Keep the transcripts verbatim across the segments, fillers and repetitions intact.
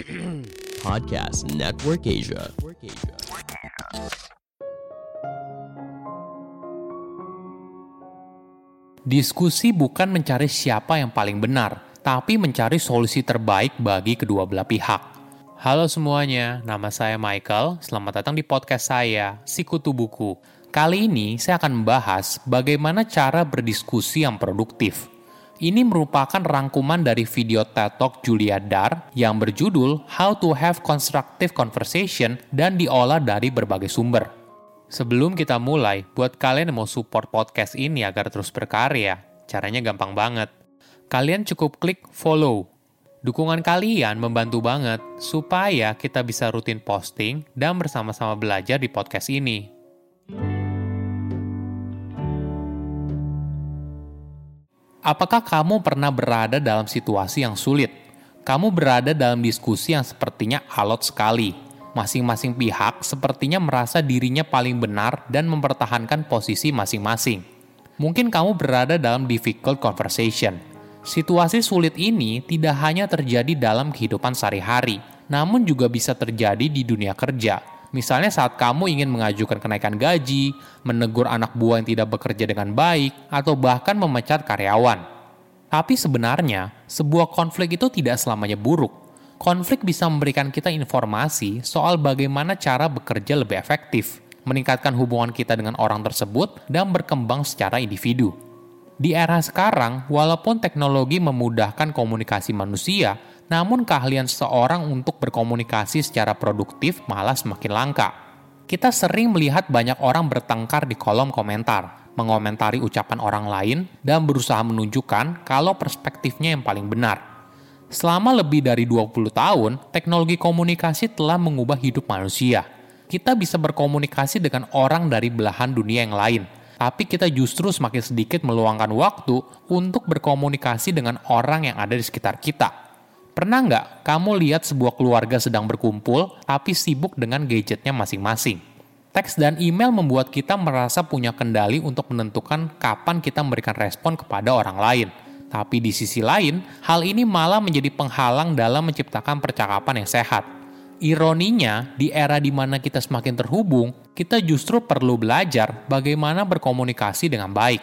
Podcast Network Asia. Diskusi bukan mencari siapa yang paling benar, tapi mencari solusi terbaik bagi kedua belah pihak. Halo semuanya, nama saya Michael. Selamat datang di podcast saya, Sikutu Buku. Kali ini saya akan membahas bagaimana cara berdiskusi yang produktif. Ini merupakan rangkuman dari video TED Talk Julia Dar yang berjudul How to Have Constructive Conversation dan diolah dari berbagai sumber. Sebelum kita mulai, buat kalian yang mau support podcast ini agar terus berkarya, caranya gampang banget. Kalian cukup klik follow. Dukungan kalian membantu banget supaya kita bisa rutin posting dan bersama-sama belajar di podcast ini. Apakah kamu pernah berada dalam situasi yang sulit? Kamu berada dalam diskusi yang sepertinya alot sekali. Masing-masing pihak sepertinya merasa dirinya paling benar dan mempertahankan posisi masing-masing. Mungkin kamu berada dalam difficult conversation. Situasi sulit ini tidak hanya terjadi dalam kehidupan sehari-hari, namun juga bisa terjadi di dunia kerja. Misalnya saat kamu ingin mengajukan kenaikan gaji, menegur anak buah yang tidak bekerja dengan baik, atau bahkan memecat karyawan. Tapi sebenarnya, sebuah konflik itu tidak selamanya buruk. Konflik bisa memberikan kita informasi soal bagaimana cara bekerja lebih efektif, meningkatkan hubungan kita dengan orang tersebut, dan berkembang secara individu. Di era sekarang, walaupun teknologi memudahkan komunikasi manusia, namun keahlian seseorang untuk berkomunikasi secara produktif malah semakin langka. Kita sering melihat banyak orang bertengkar di kolom komentar, mengomentari ucapan orang lain, dan berusaha menunjukkan kalau perspektifnya yang paling benar. Selama lebih dari dua puluh tahun, teknologi komunikasi telah mengubah hidup manusia. Kita bisa berkomunikasi dengan orang dari belahan dunia yang lain, tapi kita justru semakin sedikit meluangkan waktu untuk berkomunikasi dengan orang yang ada di sekitar kita. Pernah nggak kamu lihat sebuah keluarga sedang berkumpul, tapi sibuk dengan gadgetnya masing-masing? Teks dan email membuat kita merasa punya kendali untuk menentukan kapan kita memberikan respon kepada orang lain. Tapi di sisi lain, hal ini malah menjadi penghalang dalam menciptakan percakapan yang sehat. Ironinya, di era di mana kita semakin terhubung, kita justru perlu belajar bagaimana berkomunikasi dengan baik.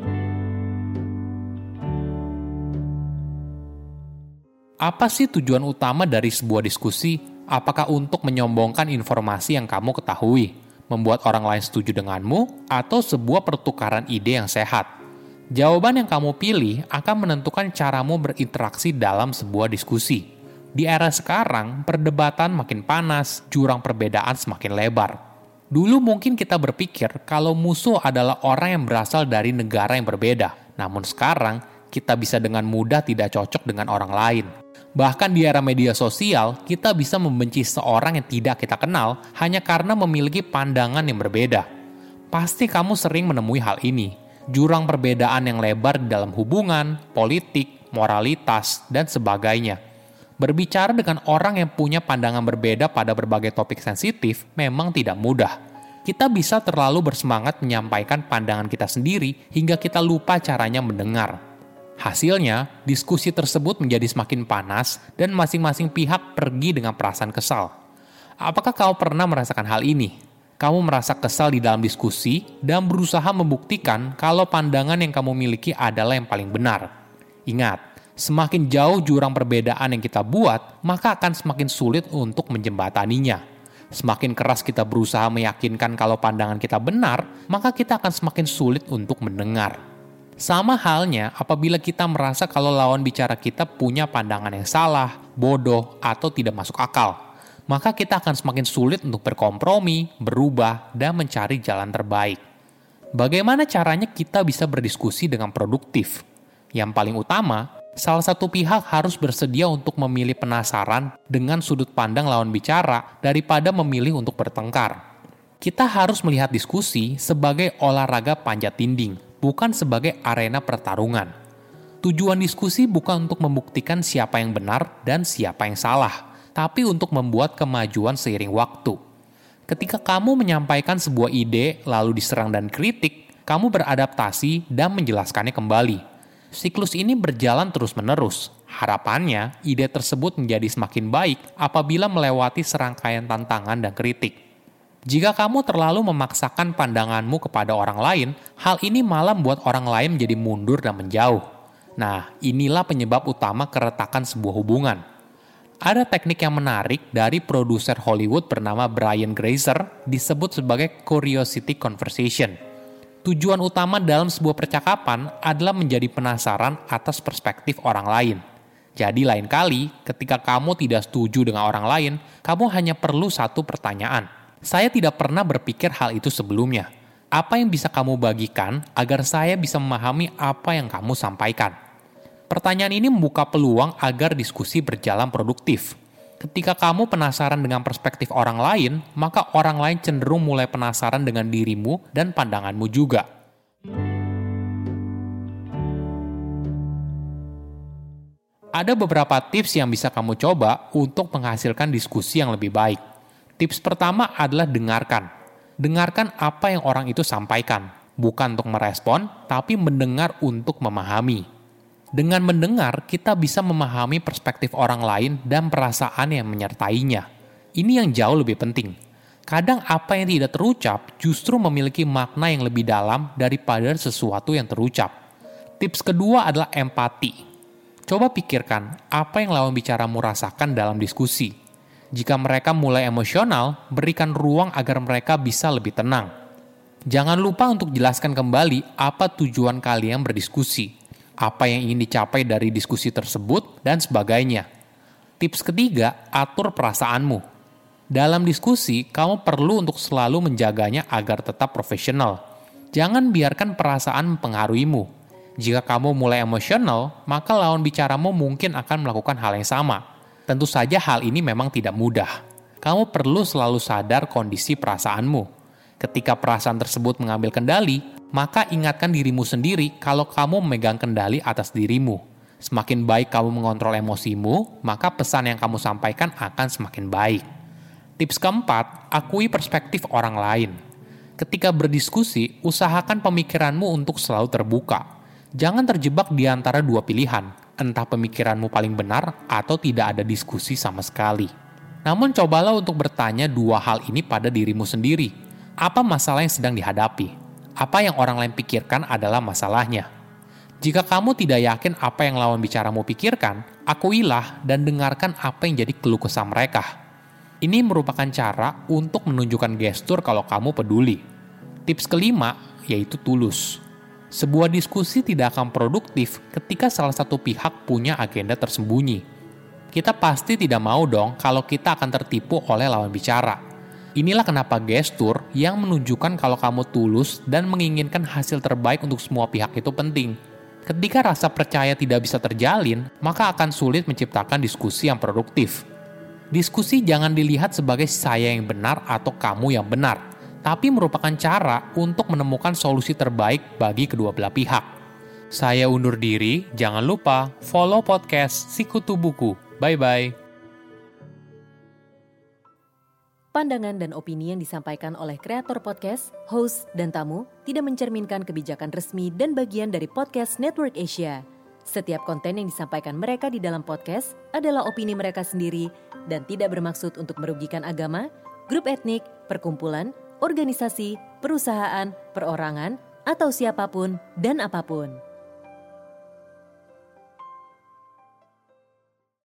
Apa sih tujuan utama dari sebuah diskusi? Apakah untuk menyombongkan informasi yang kamu ketahui, membuat orang lain setuju denganmu, atau sebuah pertukaran ide yang sehat? Jawaban yang kamu pilih akan menentukan caramu berinteraksi dalam sebuah diskusi. Di era sekarang, perdebatan makin panas, jurang perbedaan semakin lebar. Dulu mungkin kita berpikir kalau musuh adalah orang yang berasal dari negara yang berbeda, namun sekarang kita bisa dengan mudah tidak cocok dengan orang lain. Bahkan di era media sosial, kita bisa membenci seorang yang tidak kita kenal hanya karena memiliki pandangan yang berbeda. Pasti kamu sering menemui hal ini. Jurang perbedaan yang lebar di dalam hubungan, politik, moralitas, dan sebagainya. Berbicara dengan orang yang punya pandangan berbeda pada berbagai topik sensitif memang tidak mudah. Kita bisa terlalu bersemangat menyampaikan pandangan kita sendiri hingga kita lupa caranya mendengar. Hasilnya, diskusi tersebut menjadi semakin panas dan masing-masing pihak pergi dengan perasaan kesal. Apakah kau pernah merasakan hal ini? Kamu merasa kesal di dalam diskusi dan berusaha membuktikan kalau pandangan yang kamu miliki adalah yang paling benar. Ingat, semakin jauh jurang perbedaan yang kita buat, maka akan semakin sulit untuk menjembataninya. Semakin keras kita berusaha meyakinkan kalau pandangan kita benar, maka kita akan semakin sulit untuk mendengar. Sama halnya apabila kita merasa kalau lawan bicara kita punya pandangan yang salah, bodoh, atau tidak masuk akal. Maka kita akan semakin sulit untuk berkompromi, berubah, dan mencari jalan terbaik. Bagaimana caranya kita bisa berdiskusi dengan produktif? Yang paling utama, salah satu pihak harus bersedia untuk memilih penasaran dengan sudut pandang lawan bicara daripada memilih untuk bertengkar. Kita harus melihat diskusi sebagai olahraga panjat dinding, bukan sebagai arena pertarungan. Tujuan diskusi bukan untuk membuktikan siapa yang benar dan siapa yang salah, tapi untuk membuat kemajuan seiring waktu. Ketika kamu menyampaikan sebuah ide lalu diserang dan kritik, kamu beradaptasi dan menjelaskannya kembali. Siklus ini berjalan terus-menerus. Harapannya, ide tersebut menjadi semakin baik apabila melewati serangkaian tantangan dan kritik. Jika kamu terlalu memaksakan pandanganmu kepada orang lain, hal ini malah membuat orang lain menjadi mundur dan menjauh. Nah, inilah penyebab utama keretakan sebuah hubungan. Ada teknik yang menarik dari produser Hollywood bernama Brian Grazer, disebut sebagai curiosity conversation. Tujuan utama dalam sebuah percakapan adalah menjadi penasaran atas perspektif orang lain. Jadi lain kali, ketika kamu tidak setuju dengan orang lain, kamu hanya perlu satu pertanyaan. Saya tidak pernah berpikir hal itu sebelumnya. Apa yang bisa kamu bagikan agar saya bisa memahami apa yang kamu sampaikan? Pertanyaan ini membuka peluang agar diskusi berjalan produktif. Ketika kamu penasaran dengan perspektif orang lain, maka orang lain cenderung mulai penasaran dengan dirimu dan pandanganmu juga. Ada beberapa tips yang bisa kamu coba untuk menghasilkan diskusi yang lebih baik. Tips pertama adalah dengarkan. Dengarkan apa yang orang itu sampaikan, bukan untuk merespon, tapi mendengar untuk memahami. Dengan mendengar, kita bisa memahami perspektif orang lain dan perasaan yang menyertainya. Ini yang jauh lebih penting. Kadang apa yang tidak terucap justru memiliki makna yang lebih dalam daripada sesuatu yang terucap. Tips kedua adalah empati. Coba pikirkan apa yang lawan bicaramu rasakan dalam diskusi. Jika mereka mulai emosional, berikan ruang agar mereka bisa lebih tenang. Jangan lupa untuk jelaskan kembali apa tujuan kalian berdiskusi, apa yang ingin dicapai dari diskusi tersebut, dan sebagainya. Tips ketiga, atur perasaanmu. Dalam diskusi, kamu perlu untuk selalu menjaganya agar tetap profesional. Jangan biarkan perasaan mempengaruhimu. Jika kamu mulai emosional, maka lawan bicaramu mungkin akan melakukan hal yang sama. Tentu saja hal ini memang tidak mudah. Kamu perlu selalu sadar kondisi perasaanmu. Ketika perasaan tersebut mengambil kendali, maka ingatkan dirimu sendiri kalau kamu memegang kendali atas dirimu. Semakin baik kamu mengontrol emosimu, maka pesan yang kamu sampaikan akan semakin baik. Tips keempat, akui perspektif orang lain. Ketika berdiskusi, usahakan pemikiranmu untuk selalu terbuka. Jangan terjebak di antara dua pilihan, entah pemikiranmu paling benar atau tidak ada diskusi sama sekali. Namun cobalah untuk bertanya dua hal ini pada dirimu sendiri. Apa masalah yang sedang dihadapi? Apa yang orang lain pikirkan adalah masalahnya. Jika kamu tidak yakin apa yang lawan bicaramu pikirkan, akuilah dan dengarkan apa yang jadi keluh kesah mereka. Ini merupakan cara untuk menunjukkan gestur kalau kamu peduli. Tips kelima, yaitu tulus. Sebuah diskusi tidak akan produktif ketika salah satu pihak punya agenda tersembunyi. Kita pasti tidak mau dong kalau kita akan tertipu oleh lawan bicara. Inilah kenapa gestur yang menunjukkan kalau kamu tulus dan menginginkan hasil terbaik untuk semua pihak itu penting. Ketika rasa percaya tidak bisa terjalin, maka akan sulit menciptakan diskusi yang produktif. Diskusi jangan dilihat sebagai saya yang benar atau kamu yang benar, tapi merupakan cara untuk menemukan solusi terbaik bagi kedua belah pihak. Saya undur diri, jangan lupa follow podcast Sikutu Buku. Bye-bye. Pandangan dan opini yang disampaikan oleh kreator podcast, host, dan tamu tidak mencerminkan kebijakan resmi dan bagian dari Podcast Network Asia. Setiap konten yang disampaikan mereka di dalam podcast adalah opini mereka sendiri dan tidak bermaksud untuk merugikan agama, grup etnik, perkumpulan, organisasi, perusahaan, perorangan, atau siapapun dan apapun.